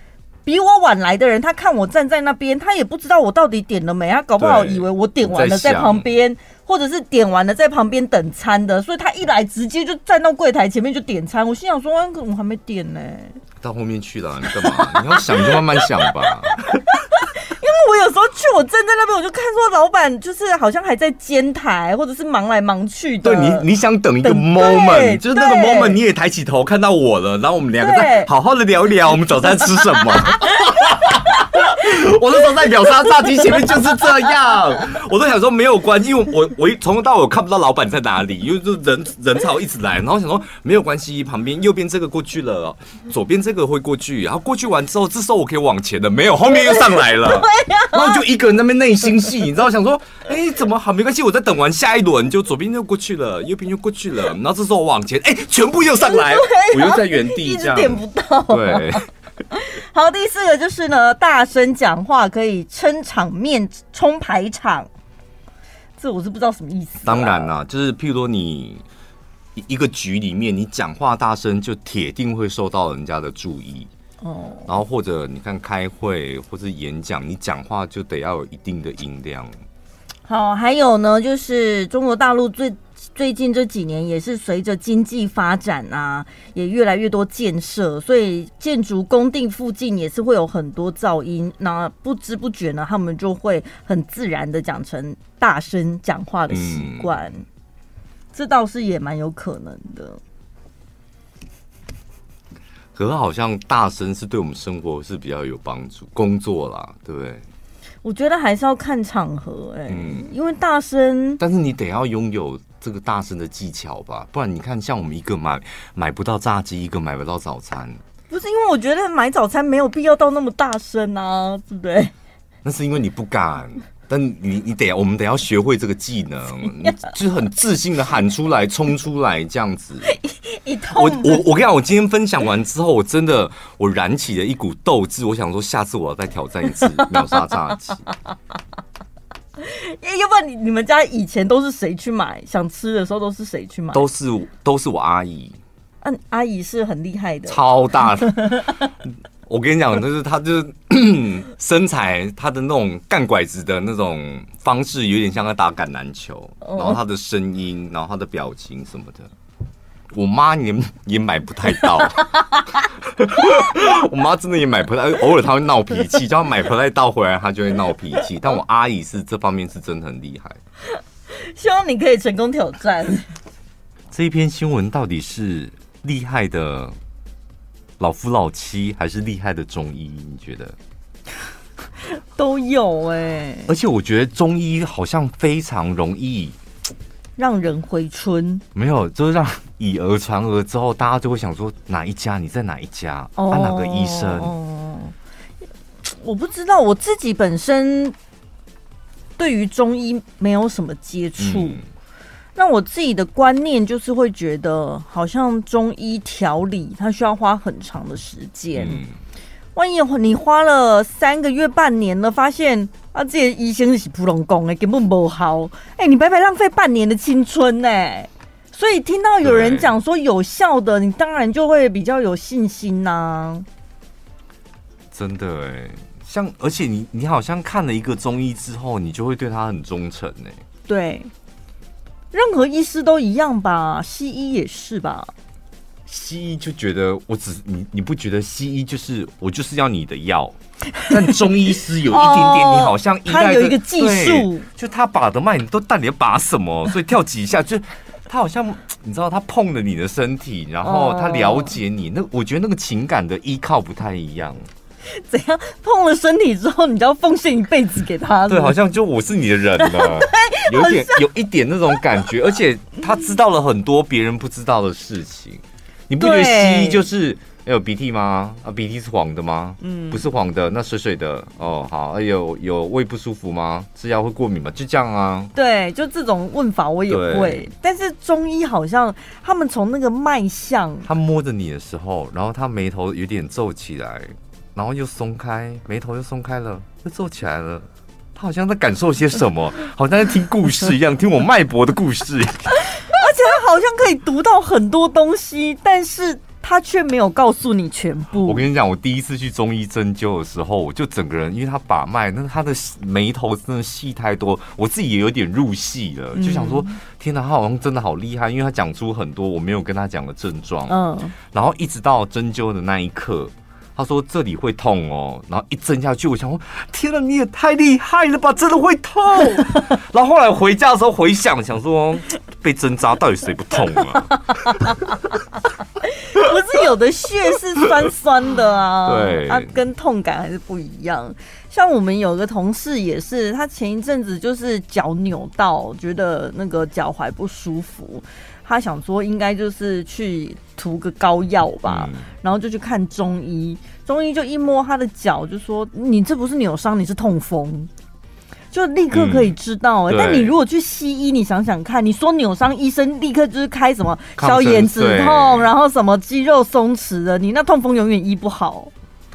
比我晚来的人，他看我站在那边，他也不知道我到底点了没，他搞不好以为我点完了在旁边，或者是点完了在旁边等餐的，所以他一来直接就站到柜台前面就点餐。我心想说，我还没点呢、欸， 到后面去了，你干嘛？你要想就慢慢想吧。 因为我有时候去，我站在那边，我就看说老板就是好像还在煎台，或者是忙来忙去的。 对你，你想等一个 moment， 就是那个 moment， 你也抬起头看到我了，然后我们两个再好好的聊一聊，我们早餐吃什么。我那时候在秒杀炸鸡前面就是这样，我都想说没有关系，因为我我从头到尾我看不到老板在哪里，因为就人人潮一直来，然后想说没有关系，旁边右边这个过去了，左边这个会过去，然后过去完之后，这时候我可以往前的，没有，后面又上来了，然后就一个人在那边内心戏，你知道，想说，哎、欸，怎么好没关系，我在等完下一轮，就左边又过去了，右边又过去了，然后这时候我往前，哎、欸，全部又上来，我又在原地这样， 点不到， 对。 好，第四个就是呢，大声讲话可以撑场面、冲排场。这我是不知道什么意思、啊。 当然啦，就是譬如说你一个局里面，你讲话大声，就铁定会受到人家的注意。哦。然后或者你看开会或者演讲，你讲话就得要有一定的音量。 好，还有呢，就是中国大陆最。最近这几年也是随着经济发展啊，也越来越多建设，所以建筑工地附近也是会有很多噪音。那不知不觉呢，他们就会很自然的讲成大声讲话的习惯、嗯，这倒是也蛮有可能的。 可是好像大声是对我们生活是比较有帮助，工作啦，对不对？ 我觉得还是要看场合、欸，哎、嗯，因为大声， 但是你得要拥有这个大声的技巧吧，不然你看，像我们一个买买不到炸鸡，一个买不到早餐。 不是因为我觉得买早餐没有必要到那么大声啊，对不对？ 那是因为你不敢，但你你得我们得要学会这个技能，你就是很自信的喊出来、冲出来这样子。我我我跟你讲，我今天分享完之后，我真的我燃起了一股斗志，我想说下次我要再挑战一次秒杀炸鸡。 要不然你你们家以前都是谁去买？想吃的时候都是谁去买？ 都是都是我阿姨。 啊，阿姨是很厉害的， 超大的。我跟你讲，就是她就是身材，她的那种干拐子的那种方式，有点像在打橄榄球。然后她的声音，然后她的表情什么的。我妈也也买不太到，我妈真的也买不太，偶尔她会闹脾气，叫她买不太到回来，她就会闹脾气。但我阿姨是这方面是真的很厉害， 希望你可以成功挑战。 这一篇新闻到底是厉害的老夫老妻，还是厉害的中医？你觉得？ 都有哎、欸， 而且我觉得中医好像非常容易。 让人回春， 没有，就是让以讹传讹之后，大家就会想说哪一家？你在哪一家？哦、啊，哪个医生？哦， 我不知道，我自己本身对于中医没有什么接触，嗯、那我自己的观念就是会觉得，好像中医调理它需要花很长的时间。嗯、万一你花了三个月、半年了，发现。啊，这些医生是普通讲的，根本不好。哎、欸，你白白浪费半年的青春呢、欸。所以听到有人讲说有效的，你当然就会比较有信心呐、啊。 真的哎、欸，像而且你你好像看了一个中医之后，你就会对他很忠诚哎、欸。 对，任何医师都一样吧，西医也是吧。 西医就觉得我只你你不觉得西医就是我就是要你的药，但中医师有一点点你好像依赖、哦、 他有一个技术， 就他把的脉你都到底要把什么，所以跳几下就他好像你知道他碰了你的身体，然后他了解你，那我觉得那个情感的依靠不太一样。 怎样碰了身体之后，你就要奉献一辈子给他？ 对，好像就我是你的人了，有一点有一点那种感觉，而且他知道了很多别人不知道的事情。你不觉得西医就是有鼻涕吗？啊，鼻涕是黄的吗？嗯，不是黄的，那水水的哦。好，有有胃不舒服吗？吃药会过敏吗？就这样啊。 对，就这种问法我也会。但是中医好像他们从那个脉象， 他摸着你的时候，然后他眉头有点皱起来，然后又松开，眉头又松开了，又皱起来了。他好像在感受些什么，好像在听故事一样，听我脉搏的故事。 而且他好像可以读到很多东西，但是他却没有告诉你全部。 我跟你讲，我第一次去中医针灸的时候，我就整个人，因为他把脉，那他的眉头真的细太多，我自己也有点入戏了，就想说，嗯、天哪，他好像真的好厉害，因为他讲出很多我没有跟他讲的症状，嗯，然后一直到针灸的那一刻。他说这里会痛哦，然后一针下去，我想说天哪，你也太厉害了吧，真的会痛。然后后来回家的时候回想，想说被针扎到底谁不痛啊？ 不是有的穴是酸酸的啊， 对， 它、啊、跟痛感还是不一样。像我们有个同事也是，他前一阵子就是脚扭到，觉得那个脚踝不舒服。他想说应该就是去涂个膏药吧、嗯，然后就去看中医，中医就一摸他的脚就说你这不是扭伤，你是痛风，就立刻可以知道、欸嗯、但你如果去西医，你想想看，你说扭伤，医生立刻就是开什么消炎止痛，然后什么肌肉松弛的，你那痛风永远医不好。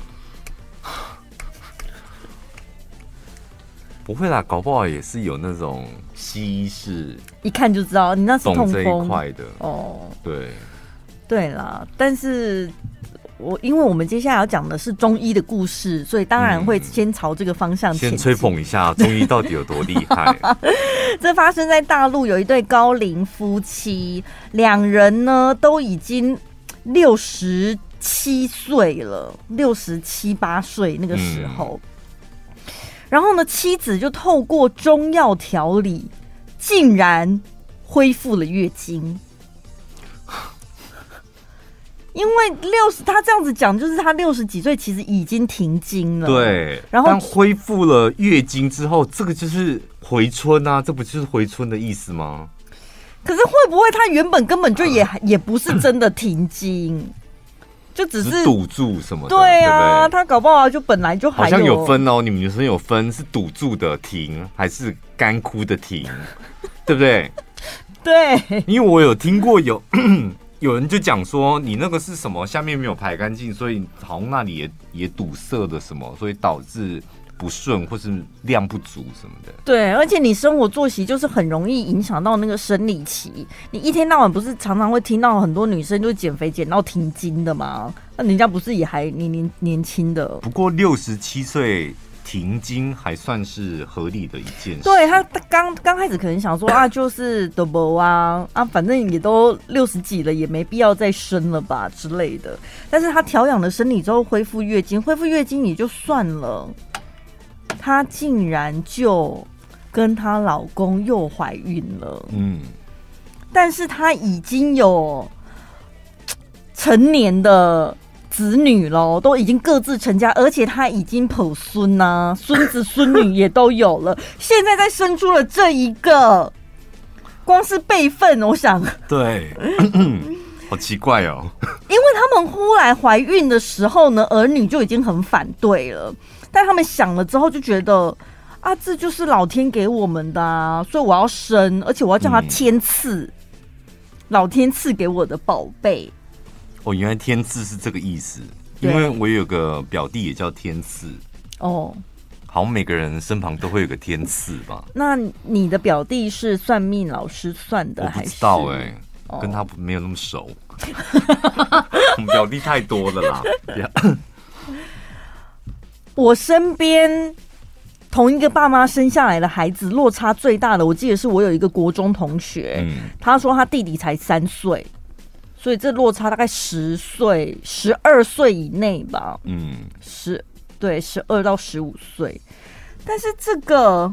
不会啦，搞不好也是有那种西医是一看就知道你那是痛风懂这一块的哦。 对对啦，但是我因为我们接下来要讲的是中医的故事，所以当然会先朝这个方向前进、 嗯、先吹捧一下中医到底有多厉害。 这发生在大陆，有一对高龄夫妻，两人呢都已经六十七岁了，六十七八岁那个时候。嗯，然后呢，妻子就透过中药调理，竟然恢复了月经。因为六十，他这样子讲，就是他六十几岁，其实已经停经了。 对， 然后但恢复了月经之后，这个就是回春啊，这不就是回春的意思吗？ 可是会不会他原本根本就也、啊、也不是真的停经？就只是堵住什么的， 对啊， 对对， 他搞不好就本来就还有， 好像有分哦。你们女生有分是堵住的停，还是干枯的停，对不对？ 对， 因为我有听过有有人就讲说，你那个是什么，下面没有排干净，所以好像那里也也堵塞的什么，所以导致不顺或是量不足什么的。 对，而且你生活作息就是很容易影响到那个生理期。你一天到晚不是常常会听到很多女生就减肥减到停经的吗？那人家不是也还年年年轻的？ 不过六十七岁停经还算是合理的一件事。 对，他刚刚开始可能想说啊，就是 double 啊啊，反正也都六十几了，也没必要再生了吧之类的。但是他调养了生理之后恢复月经，恢复月经也就算了。她竟然就跟她老公又怀孕了，嗯，但是她已经有成年的子女了，都已经各自成家，而且她已经抱孙啊，孙子孙女也都有了，现在再生出了这一个，光是辈分，我想， 对，好奇怪哦， 因为他们忽然怀孕的时候呢，儿女就已经很反对了。但他们想了之后就觉得啊，这就是老天给我们的啊，所以我要生，而且我要叫他天赐、嗯、老天赐给我的宝贝。 哦，原来天赐是这个意思，因为我有个表弟也叫天赐。哦，好像每个人身旁都会有个天赐吧？那你的表弟是算命老师算的还是？ 我不知道哎、欸哦，跟他没有那么熟。我们表弟太多了啦。 我身边同一个爸妈生下来的孩子落差最大的，我记得是我有一个国中同学，嗯、他说他弟弟才三岁，所以这落差大概十岁、十二岁以内吧。嗯，十对十二到十五岁，但是这个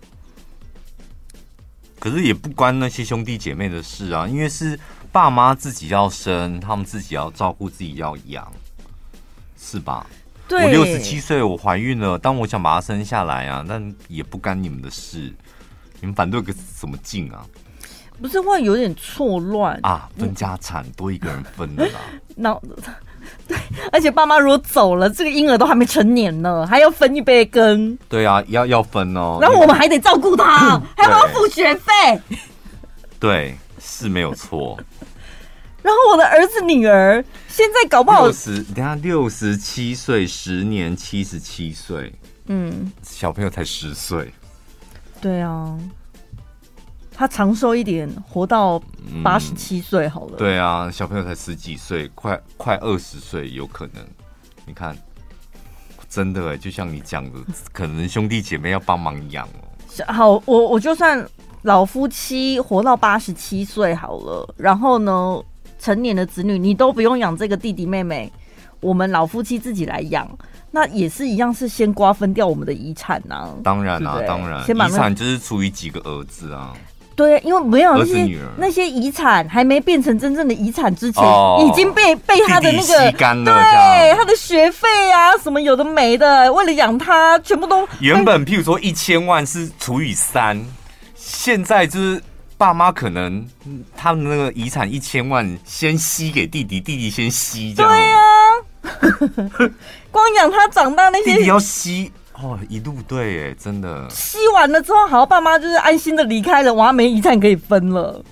可是也不关那些兄弟姐妹的事啊，因为是爸妈自己要生，他们自己要照顾，自己要养，是吧？我六十七岁，我怀孕了，但我想把它生下来啊，但也不干你们的事。你们反对个什么劲啊？ 不是会有点错乱啊？分家产多一个人分的啦。 那对，而且爸妈如果走了，这个婴儿都还没成年呢，还要分一杯羹。 对啊，要要分哦。 然后我们还得照顾他，还要付学费。 对，是没有错。 然后我的儿子女儿现在搞不好六十，等下六十七岁，十年七十七岁，嗯，小朋友才十岁， 对啊， 他长寿一点，活到八十七岁好了、 嗯。对啊，小朋友才十几岁，快快二十岁有可能。你看，真的哎，就像你讲的，可能兄弟姐妹要帮忙养哦。 好，我我就算老夫妻活到八十七岁好了，然后呢，成年的子女你都不用养这个弟弟妹妹，我们老夫妻自己来养。那也是一样，是先瓜分掉我们的遗产呐、啊。 当然啊， 对对当然， 先把、那個、 遗产就是属于几个儿子啊。 对，因为没有那些儿子女儿那些遗产还没变成真正的遗产之前， 哦、 已经被被他的那个吸干了， 对他的学费啊，什么有的没的，为了养他，全部都原本譬如说一千万是除以三，现在就是爸妈可能他们那个遗产一千万先吸给弟弟，弟弟先吸这样。 对啊。光养他长大那些， 弟弟要吸哦，一路对哎，真的吸完了之后，好，爸妈就是安心的离开了，我没遗产可以分了。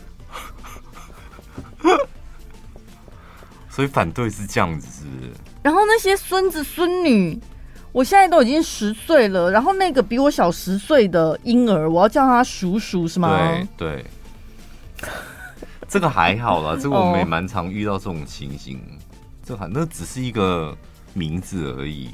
所以反对是这样子，是不是？ 然后那些孙子孙女，我现在都已经十岁了，然后那个比我小十岁的婴儿，我要叫他叔叔是吗？ 对对，这个还好啦，这个我们也蛮常遇到这种情形。哦这还那只是一个名字而已，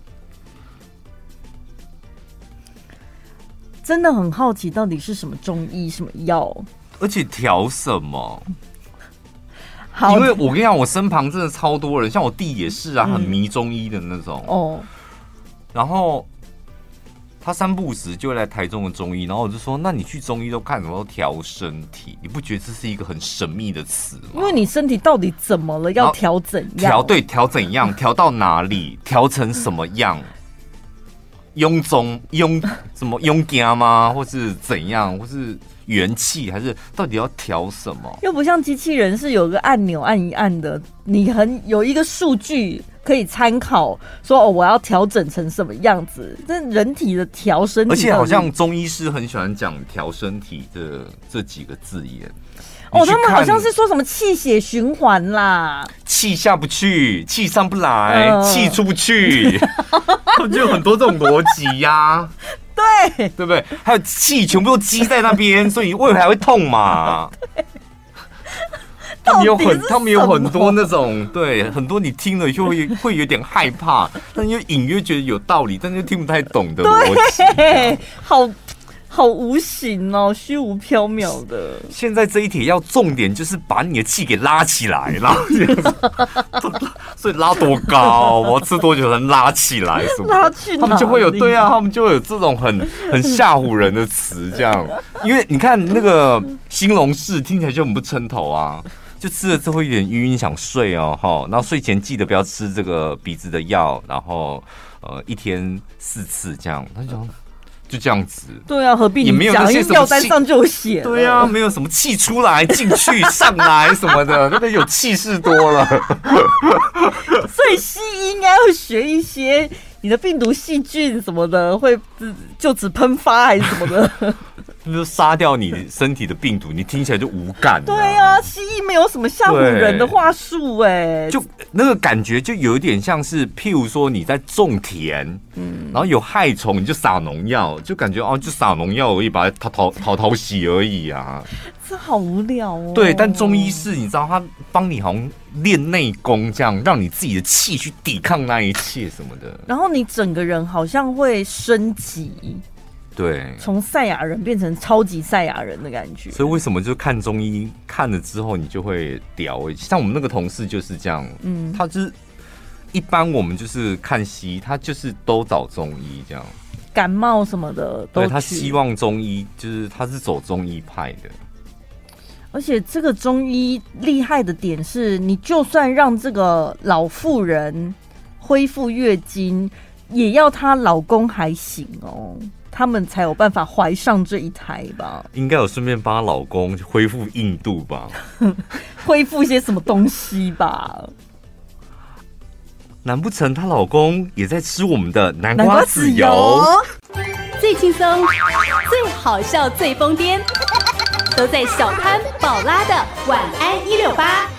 真的很好奇，到底是什么中医什么药， 而且调什么？好，因为我跟你讲，我身旁真的超多人，像我弟也是啊，很迷中医的那种、嗯、哦。然后他三不五时就会来台中的中医，然后我就说：“那你去中医都看什么？调身体，你不觉得这是一个很神秘的词吗？ 因为你身体到底怎么了？要调怎样？ 调对，调怎样？调到哪里？调成什么样？臃肿、臃什么臃惊吗？或是怎样？或是元气？还是到底要调什么？ 又不像机器人是有个按钮按一按的，你很有一个数据。”可以参考说哦，我要调整成什么样子？这人体的调身体， 而且好像中医师很喜欢讲调身体的这几个字眼。 哦，他们好像是说什么气血循环啦， 气下不去，气上不来，气、呃、出不去，他们就有很多这种逻辑呀。 对， 对不对？还有气全部都积在那边，所以胃还会痛嘛。他们有很，他们有很多那种，对，很多你听了就会会有点害怕，但又隐约觉得有道理，但又听不太懂的逻辑， 好好无形哦，虚无缥缈的。 现在这一帖要重点就是把你的气给拉起来，拉起来，所以拉多高，我要吃多久能拉起来？什么？ 拉去哪里？ 他们就会有对啊，他们就会有这种很很吓唬人的词，这样，因为你看那个兴隆氏听起来就很不称头啊。就吃了之后有点晕晕想睡哦，哈，然后睡前记得不要吃这个鼻子的药，然后呃一天四次这样，他就讲就这样子。 对啊，何必你讲？因为药单上就有写。 对啊，没有什么气出来、进去、上来什么的，那个有气势多了。 所以西医应该会学一些你的病毒、细菌什么的，会就此喷发还是什么的。 就杀掉你身体的病毒，你听起来就无感、啊。 对啊，西医没有什么吓唬人的话术哎、欸， 就那个感觉就有一点像是，譬如说你在种田，嗯，然后有害虫你就撒农药，就感觉哦，就撒农药而已，把它讨讨讨讨喜而已啊。 这好无聊哦。 对，但中医是你知道，他帮你好像练内功，这样让你自己的气去抵抗那一切什么的， 然后你整个人好像会升级。 对， 从赛亚人变成超级赛亚人的感觉。 所以为什么就看中医看了之后，你就会屌？像我们那个同事就是这样，嗯，他就是一般我们就是看西医，他就是都找中医这样。 感冒什么的都去， 对，他希望中医就是他是走中医派的。 而且这个中医厉害的点是，你就算让这个老妇人恢复月经，也要她老公还行哦。他们才有办法怀上这一胎吧？ 应该有顺便帮她老公恢复硬度吧？ 恢复些什么东西吧？ 难不成她老公也在吃我们的南瓜籽油？ 最轻松、最好笑、最疯癫，都在小潘宝拉的晚安一六八。